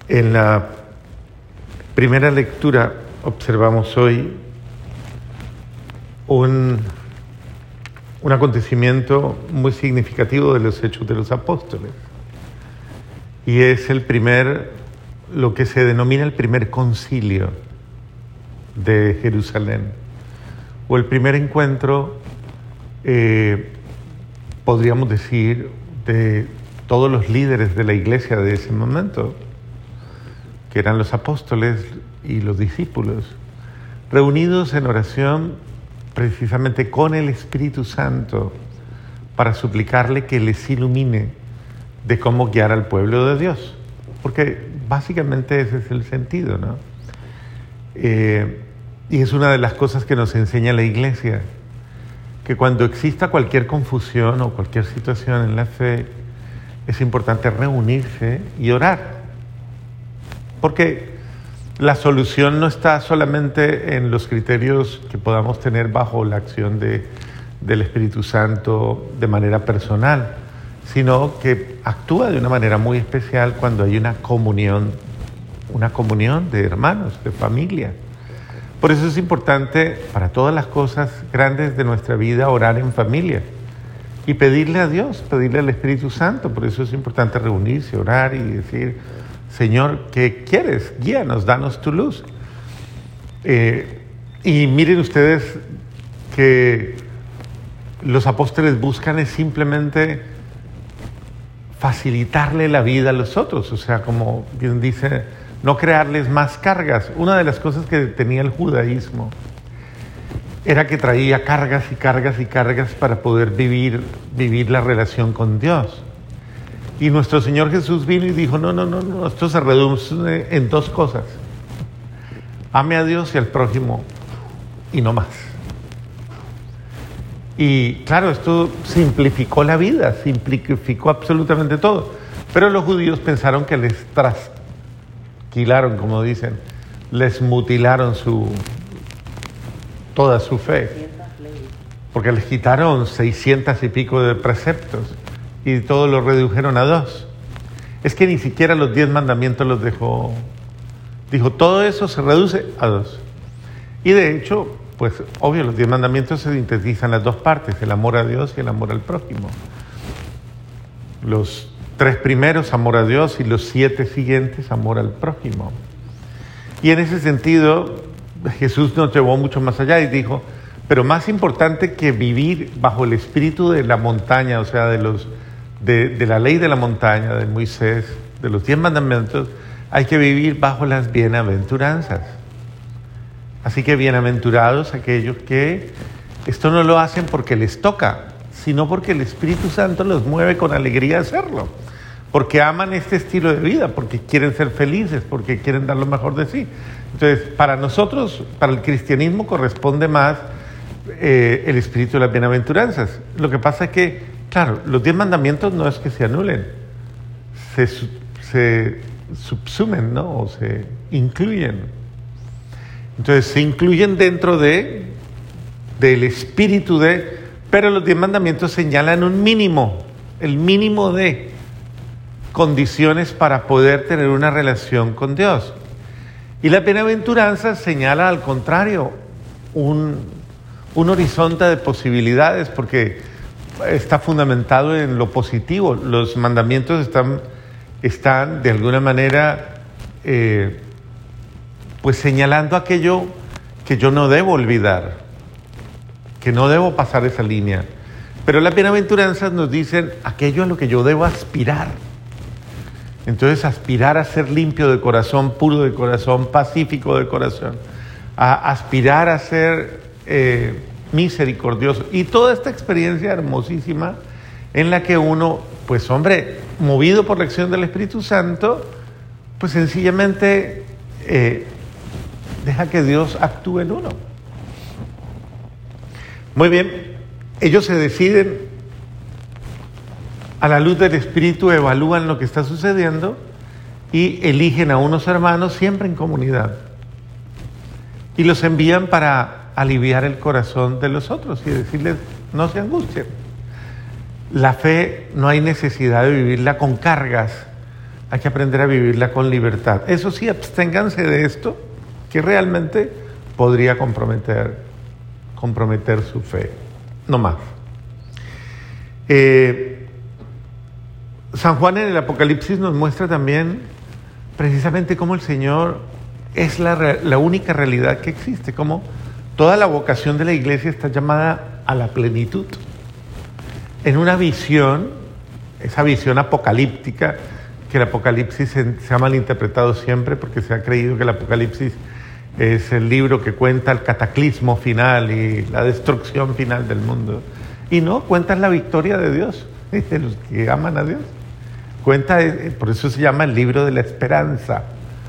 En la primera lectura observamos hoy un acontecimiento muy significativo de los Hechos de los Apóstoles. Y es lo que se denomina el primer concilio de Jerusalén, o el primer encuentro, podríamos decir, de todos los líderes de la iglesia de ese momento, que eran los apóstoles y los discípulos, reunidos en oración precisamente con el Espíritu Santo para suplicarle que les ilumine de cómo guiar al pueblo de Dios. Porque básicamente ese es el sentido, ¿no? Y es una de las cosas que nos enseña la iglesia, que cuando exista cualquier confusión o cualquier situación en la fe, es importante reunirse y orar. Porque la solución no está solamente en los criterios que podamos tener bajo la acción del Espíritu Santo de manera personal, sino que actúa de una manera muy especial cuando hay una comunión de hermanos, de familia. Por eso es importante para todas las cosas grandes de nuestra vida orar en familia y pedirle a Dios, pedirle al Espíritu Santo. Por eso es importante reunirse, orar y decir: Señor, ¿qué quieres? Guíanos, danos tu luz. Y miren ustedes que los apóstoles buscan es simplemente facilitarle la vida a los otros, o sea, como quien dice, no crearles más cargas. Una de las cosas que tenía el judaísmo era que traía cargas y cargas y cargas para poder vivir la relación con Dios. Y nuestro Señor Jesús vino y dijo: no, esto se reduce en dos cosas: ame a Dios y al prójimo, y no más. Y claro, esto simplificó la vida, simplificó absolutamente todo. Pero los judíos pensaron que les trasquilaron, como dicen, les mutilaron toda su fe, porque les quitaron 600 y pico de preceptos y todo lo redujeron a 2. Es que ni siquiera los 10 mandamientos los dejó. Dijo: todo eso se reduce a 2. Y de hecho, pues obvio, los 10 mandamientos se sintetizan las dos partes: el amor a Dios y el amor al prójimo. Los 3 primeros, amor a Dios, y los 7 siguientes, amor al prójimo. Y en ese sentido, Jesús nos llevó mucho más allá y dijo: pero más importante que vivir bajo el espíritu de la montaña, o sea, de la ley de la montaña, de Moisés, de los 10 mandamientos, hay que vivir bajo las bienaventuranzas. Así que bienaventurados aquellos que esto no lo hacen porque les toca, sino porque el Espíritu Santo los mueve con alegría a hacerlo, porque aman este estilo de vida, porque quieren ser felices, porque quieren dar lo mejor de sí. Entonces, para nosotros, para el cristianismo, corresponde más el espíritu de las bienaventuranzas. Lo que pasa es que, claro, los 10 mandamientos no es que se anulen, se subsumen, ¿no? O se incluyen. Entonces se incluyen dentro del espíritu pero los 10 mandamientos señalan un mínimo, el mínimo de condiciones para poder tener una relación con Dios. Y la bienaventuranza señala al contrario, un horizonte de posibilidades, porque está fundamentado en lo positivo. Los mandamientos están de alguna manera pues señalando aquello que yo no debo olvidar, que no debo pasar esa línea. Pero las bienaventuranzas nos dicen aquello a lo que yo debo aspirar. Entonces, aspirar a ser limpio de corazón, puro de corazón, pacífico de corazón, a aspirar a ser misericordioso. Y toda esta experiencia hermosísima en la que uno, pues hombre, movido por la acción del Espíritu Santo, pues sencillamente deja que Dios actúe en uno. Muy bien, ellos se deciden, a la luz del Espíritu evalúan lo que está sucediendo y eligen a unos hermanos siempre en comunidad y los envían para aliviar el corazón de los otros y decirles: no se angustien. La fe no hay necesidad de vivirla con cargas, hay que aprender a vivirla con libertad. Eso sí, absténganse de esto que realmente podría comprometer su fe. No más. San Juan en el Apocalipsis nos muestra también precisamente cómo el Señor es la única realidad que existe, cómo toda la vocación de la iglesia está llamada a la plenitud. En una visión, esa visión apocalíptica, que el Apocalipsis se ha malinterpretado siempre porque se ha creído que el Apocalipsis es el libro que cuenta el cataclismo final y la destrucción final del mundo. Y no, cuenta la victoria de Dios, de los que aman a Dios. Cuenta, por eso se llama el libro de la esperanza,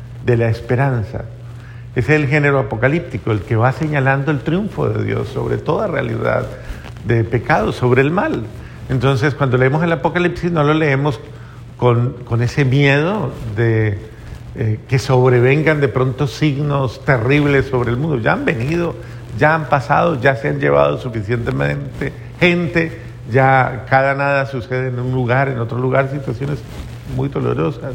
Es el género apocalíptico, el que va señalando el triunfo de Dios sobre toda realidad de pecado, sobre el mal. Entonces, cuando leemos el Apocalipsis, no lo leemos con ese miedo de que sobrevengan de pronto signos terribles sobre el mundo. Ya han venido, ya han pasado, ya se han llevado suficientemente gente. Ya cada nada sucede en un lugar, en otro lugar, situaciones muy dolorosas.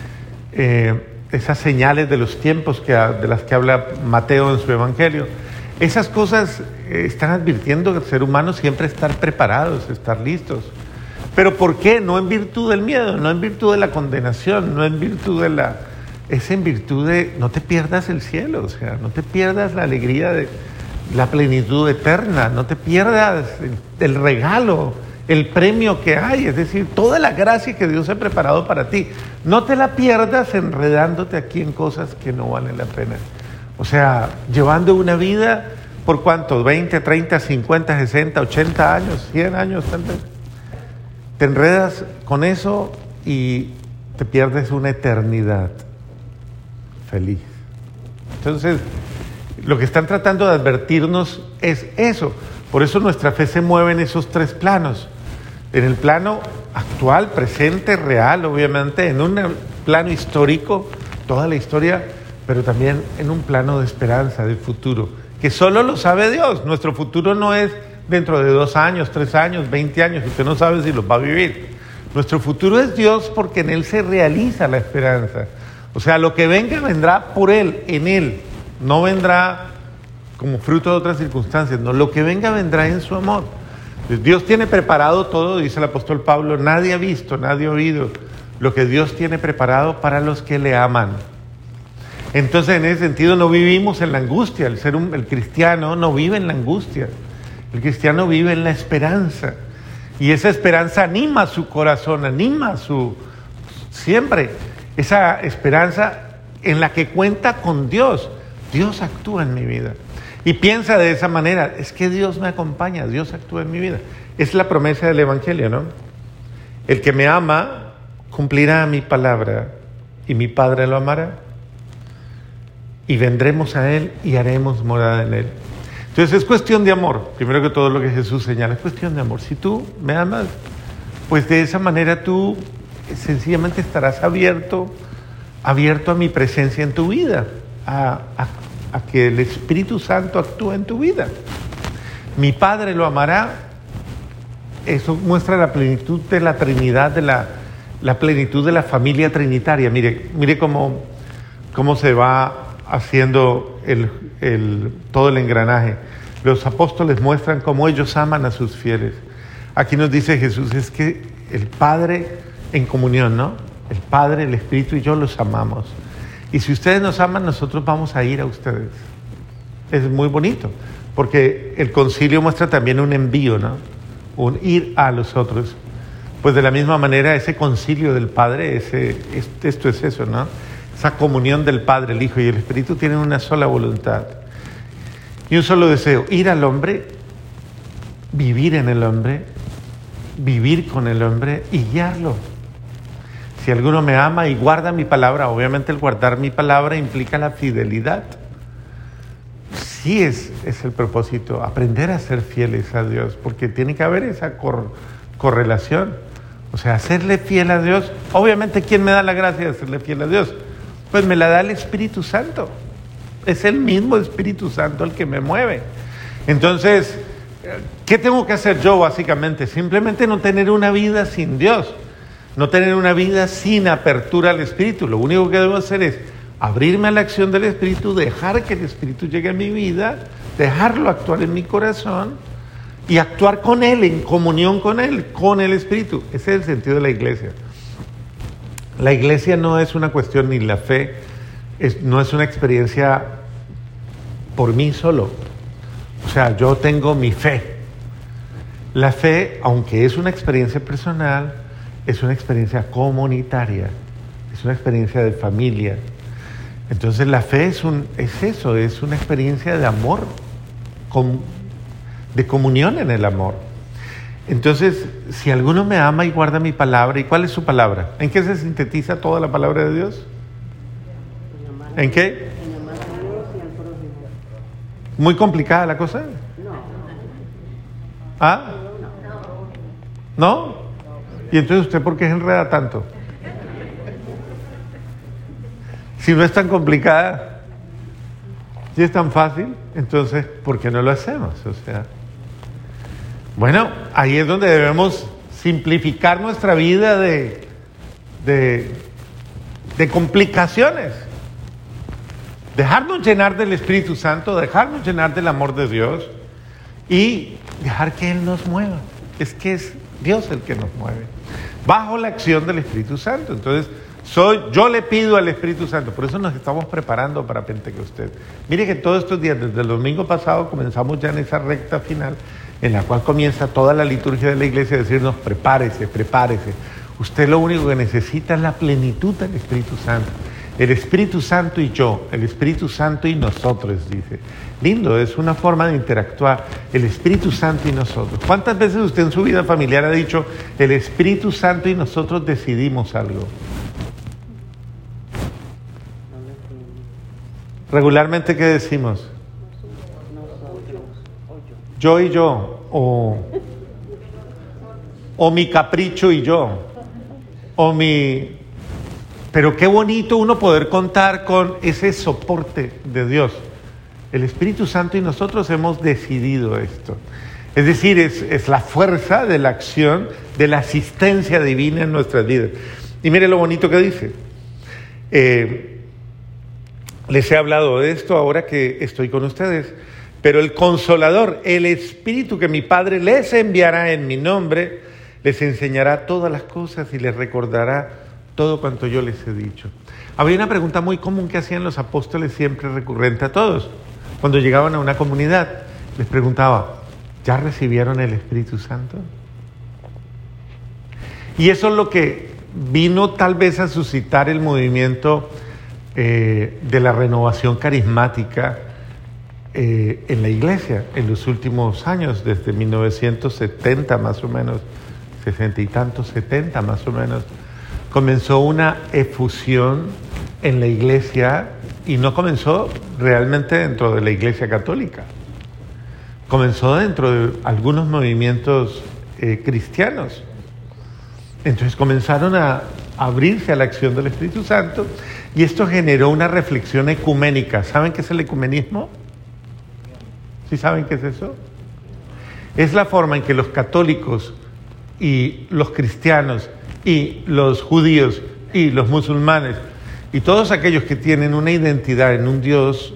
Esas señales de los tiempos de las que habla Mateo en su Evangelio, esas cosas están advirtiendo al ser humano siempre estar preparados, estar listos. ¿Pero por qué? No en virtud del miedo, no en virtud de la condenación, no en virtud es en virtud de no te pierdas el cielo, o sea, no te pierdas la alegría de la plenitud eterna, no te pierdas el regalo, el premio que hay, es decir, toda la gracia que Dios ha preparado para ti. No te la pierdas enredándote aquí en cosas que no valen la pena. O sea, llevando una vida, ¿por cuánto? 20, 30, 50, 60, 80 años, 100 años tal vez. Te enredas con eso y te pierdes una eternidad feliz. Entonces, lo que están tratando de advertirnos es eso. Por eso nuestra fe se mueve en esos tres planos. En el plano actual, presente, real, obviamente, en un plano histórico, toda la historia, pero también en un plano de esperanza, del futuro, que solo lo sabe Dios. Nuestro futuro no es dentro de 2 años, 3 años, 20 años, usted no sabe si los va a vivir. Nuestro futuro es Dios porque en Él se realiza la esperanza. O sea, lo que venga vendrá por Él, en Él. No vendrá como fruto de otras circunstancias, no, lo que venga vendrá en su amor. Dios tiene preparado todo, dice el apóstol Pablo, nadie ha visto, nadie ha oído lo que Dios tiene preparado para los que le aman. Entonces, en ese sentido, no vivimos en la angustia, el cristiano no vive en la angustia, el cristiano vive en la esperanza, y esa esperanza anima su corazón, anima siempre, esa esperanza en la que cuenta con Dios. Dios actúa en mi vida. Y piensa de esa manera, es que Dios me acompaña, Dios actúa en mi vida. Es la promesa del Evangelio, ¿no? El que me ama cumplirá mi palabra y mi Padre lo amará. Y vendremos a Él y haremos morada en Él. Entonces es cuestión de amor. Primero que todo lo que Jesús señala, es cuestión de amor. Si tú me amas, pues de esa manera tú sencillamente estarás abierto a mi presencia en tu vida. A que el Espíritu Santo actúe en tu vida. Mi Padre lo amará. Eso muestra la plenitud de la Trinidad, de la plenitud de la familia trinitaria. Mire cómo se va haciendo todo el engranaje. Los apóstoles muestran cómo ellos aman a sus fieles. Aquí nos dice Jesús, es que el Padre en comunión, ¿no? El Padre, el Espíritu y yo los amamos. Y si ustedes nos aman, nosotros vamos a ir a ustedes. Es muy bonito, porque el concilio muestra también un envío, ¿no? Un ir a los otros. Pues de la misma manera, ese concilio del Padre, esto es eso, ¿no? Esa comunión del Padre, el Hijo y el Espíritu tienen una sola voluntad y un solo deseo: ir al hombre, vivir en el hombre, vivir con el hombre y guiarlo. Si alguno me ama y guarda mi palabra, obviamente el guardar mi palabra implica la fidelidad. Sí es el propósito, aprender a ser fieles a Dios, porque tiene que haber esa correlación. O sea, serle fiel a Dios. Obviamente, ¿quién me da la gracia de serle fiel a Dios? Pues me la da el Espíritu Santo. Es el mismo Espíritu Santo el que me mueve. Entonces, ¿qué tengo que hacer yo básicamente? Simplemente no tener una vida sin Dios. no tener una vida sin apertura al Espíritu. Lo único que debo hacer es abrirme a la acción del Espíritu, dejar que el Espíritu llegue a mi vida, dejarlo actuar en mi corazón y actuar con Él, en comunión con Él, con el Espíritu. Ese es el sentido de la iglesia. La iglesia no es una cuestión, ni la fe, no es una experiencia por mí solo. O sea, yo tengo mi fe. La fe, aunque es una experiencia personal, es una experiencia comunitaria, es una experiencia de familia. Entonces la fe es una experiencia de amor, de comunión en el amor. Entonces, si alguno me ama y guarda mi palabra, ¿y cuál es su palabra? ¿En qué se sintetiza toda la palabra de Dios? ¿En qué? ¿Muy complicada la cosa? ¿Ah? ¿No? ¿Y entonces usted por qué se enreda tanto? Si no es tan complicada, si es tan fácil, entonces, ¿por qué no lo hacemos? O sea, bueno, ahí es donde debemos simplificar nuestra vida de complicaciones. Dejarnos llenar del Espíritu Santo, dejarnos llenar del amor de Dios y dejar que Él nos mueva. Es que es Dios el que nos mueve, bajo la acción del Espíritu Santo. Entonces, yo le pido al Espíritu Santo, por eso nos estamos preparando para Pentecostés. Mire que todos estos días, desde el domingo pasado, comenzamos ya en esa recta final, en la cual comienza toda la liturgia de la iglesia a decirnos, prepárese, prepárese. Usted lo único que necesita es la plenitud del Espíritu Santo. El Espíritu Santo y yo, el Espíritu Santo y nosotros, dice. Lindo, es una forma de interactuar, el Espíritu Santo y nosotros. ¿Cuántas veces usted en su vida familiar ha dicho, el Espíritu Santo y nosotros decidimos algo? Regularmente, ¿qué decimos? Yo y yo, o mi capricho y yo, Pero qué bonito uno poder contar con ese soporte de Dios. El Espíritu Santo y nosotros hemos decidido esto. Es decir, es la fuerza de la acción, de la asistencia divina en nuestras vidas. Y mire lo bonito que dice. Les he hablado de esto ahora que estoy con ustedes. Pero el Consolador, el Espíritu que mi Padre les enviará en mi nombre, les enseñará todas las cosas y les recordará todo cuanto yo les he dicho. Había una pregunta muy común que hacían los apóstoles, siempre recurrente a todos. Cuando llegaban a una comunidad, les preguntaba, ¿ya recibieron el Espíritu Santo? Y eso es lo que vino tal vez a suscitar el movimiento de la renovación carismática en la iglesia en los últimos años, desde 1970 más o menos, 60 y tantos, 70 más o menos. Comenzó una efusión en la iglesia y no comenzó realmente dentro de la iglesia católica. Comenzó dentro de algunos movimientos cristianos. Entonces comenzaron a abrirse a la acción del Espíritu Santo y esto generó una reflexión ecuménica. ¿Saben qué es el ecumenismo? ¿Sí saben qué es eso? Es la forma en que los católicos y los cristianos y los judíos y los musulmanes y todos aquellos que tienen una identidad en un Dios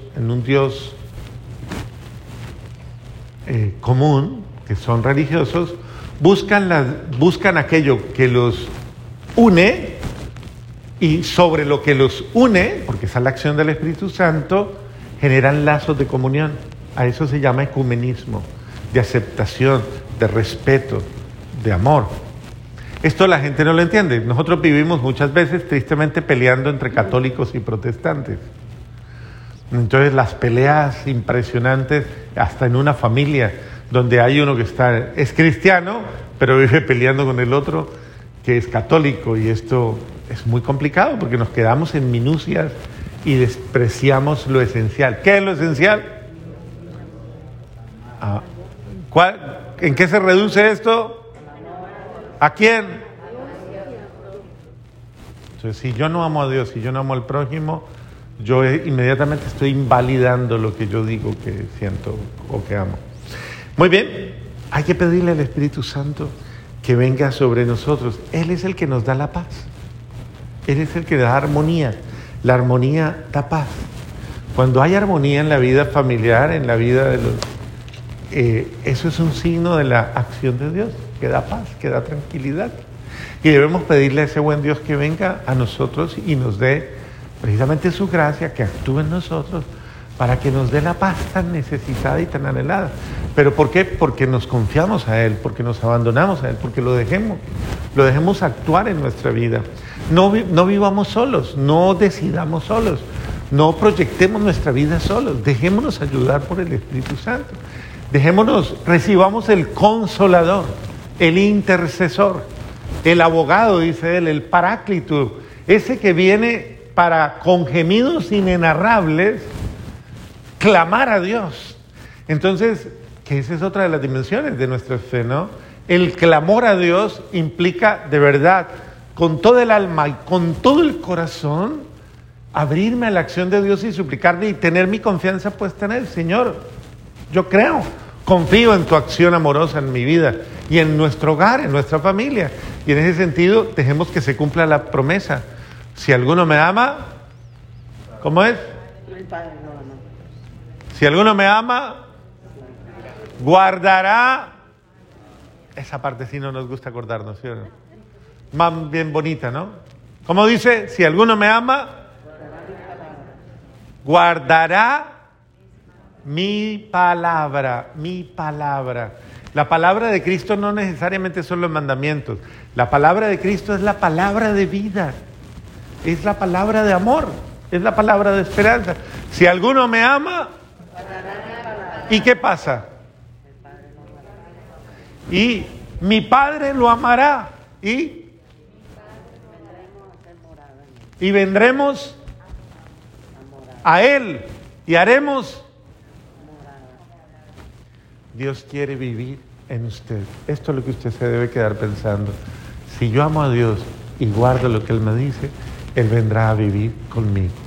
común, que son religiosos, buscan aquello que los une y sobre lo que los une, porque esa es la acción del Espíritu Santo, generan lazos de comunión. A eso se llama ecumenismo, de aceptación, de respeto, de amor. Esto la gente no lo entiende. Nosotros vivimos muchas veces tristemente peleando entre católicos y protestantes. Entonces las peleas impresionantes, hasta en una familia, donde hay uno que es cristiano, pero vive peleando con el otro que es católico, y esto es muy complicado porque nos quedamos en minucias y despreciamos lo esencial. ¿Qué es lo esencial? ¿En qué se reduce esto? ¿A quién? Entonces, si yo no amo a Dios, si yo no amo al prójimo, yo inmediatamente estoy invalidando lo que yo digo que siento o que amo. Muy bien, hay que pedirle al Espíritu Santo que venga sobre nosotros. Él es el que nos da la paz. Él es el que da armonía. La armonía da paz. Cuando hay armonía en la vida familiar, en la vida de los... eso es un signo de la acción de Dios, que da paz, que da tranquilidad. Y debemos pedirle a ese buen Dios que venga a nosotros y nos dé precisamente su gracia, que actúe en nosotros, para que nos dé la paz tan necesitada y tan anhelada. ¿Pero por qué? Porque nos confiamos a Él, porque nos abandonamos a Él, porque lo dejemos actuar en nuestra vida. No vivamos solos, no decidamos solos, no proyectemos nuestra vida solos, dejémonos ayudar por el Espíritu Santo. Recibamos el Consolador, el Intercesor, el Abogado, dice él, el Paráclito, ese que viene para, con gemidos inenarrables, clamar a Dios. Entonces, que esa es otra de las dimensiones de nuestra fe, ¿no? El clamor a Dios implica, de verdad, con todo el alma y con todo el corazón, abrirme a la acción de Dios y suplicarle y tener mi confianza puesta en Él. Señor, yo creo, confío en tu acción amorosa en mi vida y en nuestro hogar, en nuestra familia. Y en ese sentido, dejemos que se cumpla la promesa. Si alguno me ama, ¿cómo es? Si alguno me ama, guardará. Esa parte sí no nos gusta acordarnos, ¿sí o no? Más bien bonita, ¿no? ¿Cómo dice? Si alguno me ama, guardará mi palabra, mi palabra. La palabra de Cristo no necesariamente son los mandamientos. La palabra de Cristo es la palabra de vida. Es la palabra de amor. Es la palabra de esperanza. Si alguno me ama, ¿y qué pasa? Y mi Padre lo amará. Y vendremos a Él y haremos. Dios quiere vivir en usted. Esto es lo que usted se debe quedar pensando. Si yo amo a Dios y guardo lo que Él me dice, Él vendrá a vivir conmigo.